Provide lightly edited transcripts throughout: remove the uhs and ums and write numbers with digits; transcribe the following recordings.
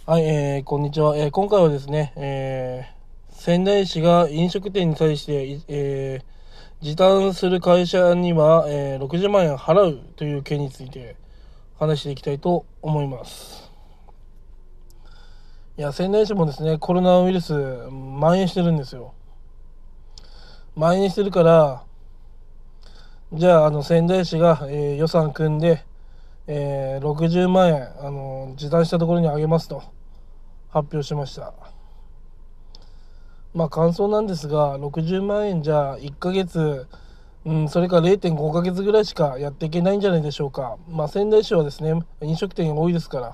はい、こんにちは。今回はですね、仙台市が飲食店に対して、時短する会社には、60万円払うという件について話していきたいと思います。いや、仙台市もですね、コロナウイルス蔓延してるんですよ。蔓延してるから、じゃあ、仙台市が、予算組んで、60万円、時短したところにあげますと発表しました。感想なんですが、60万円じゃ1ヶ月、それから 0.5 ヶ月ぐらいしかやっていけないんじゃないでしょうか。仙台市はですね、飲食店が多いですから、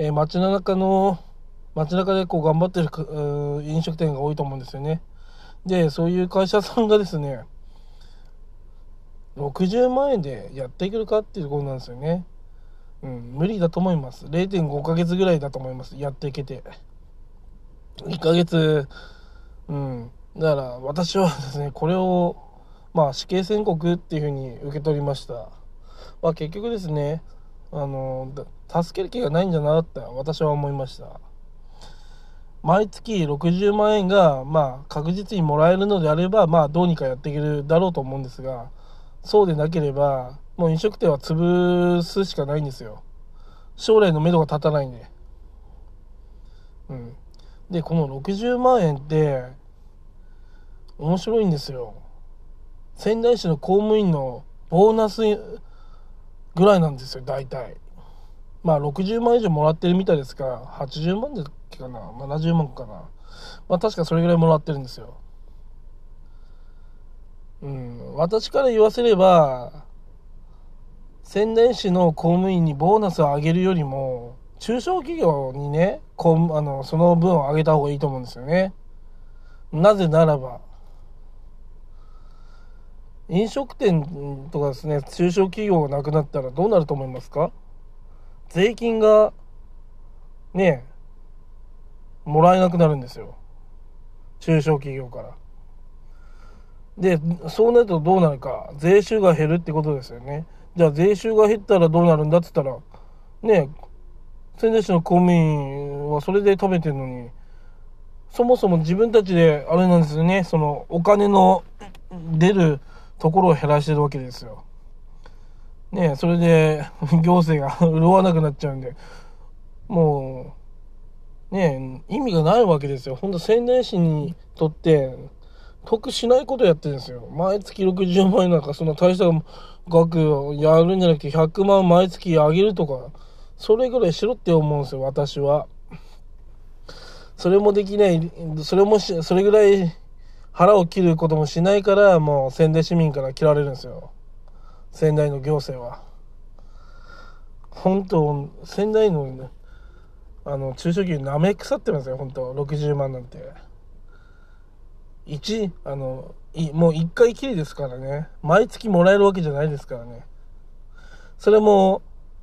街中でこう頑張ってる飲食店が多いと思うんですよね。で、そういう会社さんがですね、60万円でやっていけるかっていうところなんですよね。無理だと思います。0.5 ヶ月ぐらいだと思います。やっていけて。1ヶ月、だから私はですね、これを死刑宣告っていうふうに受け取りました。結局ですね、助ける気がないんじゃなって私は思いました。毎月60万円が確実にもらえるのであればどうにかやっていけるだろうと思うんですが、そうでなければもう飲食店は潰すしかないんですよ。将来の目処が立たないんで。でこの60万円って面白いんですよ。仙台市の公務員のボーナスぐらいなんですよ、大体。60万以上もらってるみたいですから、80万だっけかな、70万かな。確かそれぐらいもらってるんですよ。私から言わせれば、仙台市の公務員にボーナスを上げるよりも、中小企業にね、その分を上げた方がいいと思うんですよね。なぜならば、飲食店とかですね、中小企業がなくなったらどうなると思いますか？税金がね、もらえなくなるんですよ。中小企業から。で、そうなるとどうなるか。税収が減るってことですよね。じゃあ税収が減ったらどうなるんだって言ったら、ね、仙台市の公務員はそれで食べてるのに、そもそも自分たちであれなんですよね、そのお金の出るところを減らしてるわけですよ。ね、それで行政が潤わなくなっちゃうんで、もうね、意味がないわけですよ。本当仙台市にとって得しないことやってるんですよ。毎月60万円なんかそんな大した額をやるんじゃなくて100万毎月上げるとか、それぐらいしろって思うんですよ、私は。それもできない、それぐらい腹を切ることもしないから、もう仙台市民から嫌われるんですよ。仙台の行政は。本当、仙台の、ね、中小企業舐め腐ってますよ、本当60万なんて。もう一回きりですからね。毎月もらえるわけじゃないですからね。それも、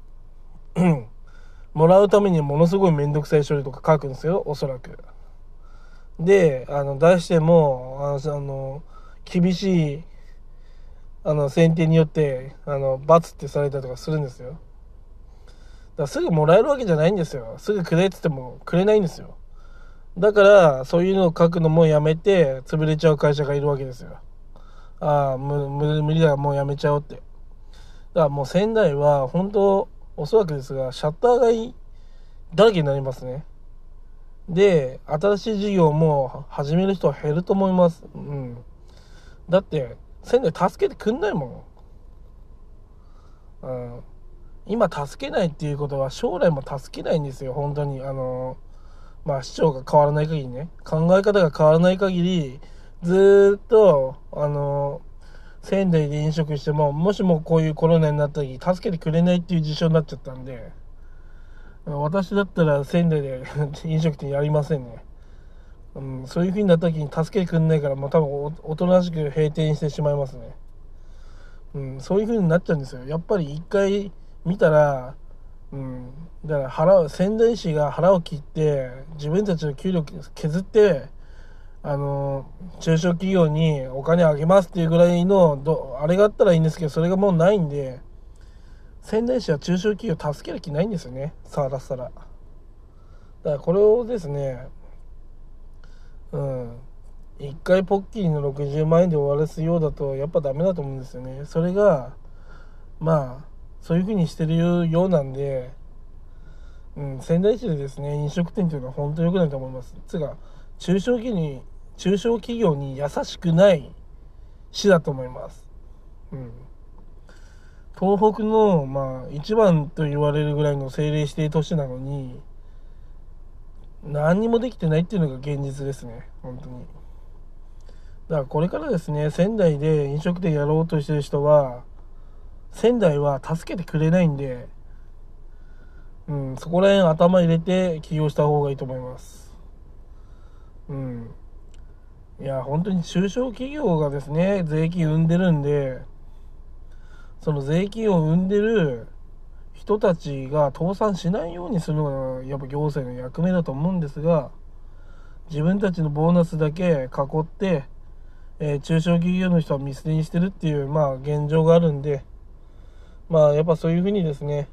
もらうためにものすごいめんどくさい処理とか書くんですよ、おそらく。で、出しても、厳しい、選定によって、罰ってされたりとかするんですよ。だからすぐもらえるわけじゃないんですよ。すぐくれって言ってもくれないんですよ。だから、そういうのを書くのもやめて、潰れちゃう会社がいるわけですよ。無理だ、もうやめちゃおうって。だからもう仙台は、本当おそらくですが、シャッター街だらけになりますね。で、新しい事業も始める人は減ると思います。だって、仙台助けてくんないもん。今助けないっていうことは将来も助けないんですよ、本当に。市長が変わらない限りね、考え方が変わらない限り、ずっと、仙台で飲食しても、もしもこういうコロナになった時、助けてくれないっていう事象になっちゃったんで、私だったら仙台で飲食店やりませんね。そういう風になった時に助けてくんないから、もう多分おとなしく閉店してしまいますね。そういう風になっちゃうんですよ。やっぱり一回見たら、だから仙台市が腹を切って自分たちの給料削って、中小企業にお金あげますっていうぐらいのあれがあったらいいんですけど、それがもうないんで、仙台市は中小企業助ける気ないんですよね、さらさら。 だからこれをですね、一回ポッキリの60万円で終わらすようだとやっぱダメだと思うんですよね。それがまあそういう風にしてるようなんで、仙台市でですね飲食店というのは本当に良くないと思います。つうか中小企業に優しくない市だと思います。東北の一番と言われるぐらいの政令指定都市なのに何にもできてないっていうのが現実ですね、本当に。だからこれからですね、仙台で飲食店やろうとしてる人は、仙台は助けてくれないんで、そこら辺頭入れて起業した方がいいと思います。いや、本当に中小企業がですね、税金生んでるんで、その税金を生んでる人たちが倒産しないようにするのがやっぱ行政の役目だと思うんですが、自分たちのボーナスだけ囲って、中小企業の人は見捨てにしてるっていう、現状があるんで、やっぱそういうふうにですね、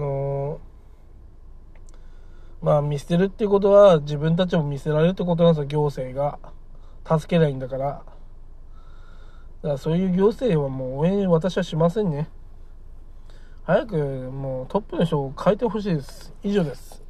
見捨てるっていうことは自分たちも見捨てられるってことなんですよ、行政が。助けないんだから。だからそういう行政はもう応援私はしませんね。早くもうトップの人を変えてほしいです。以上です。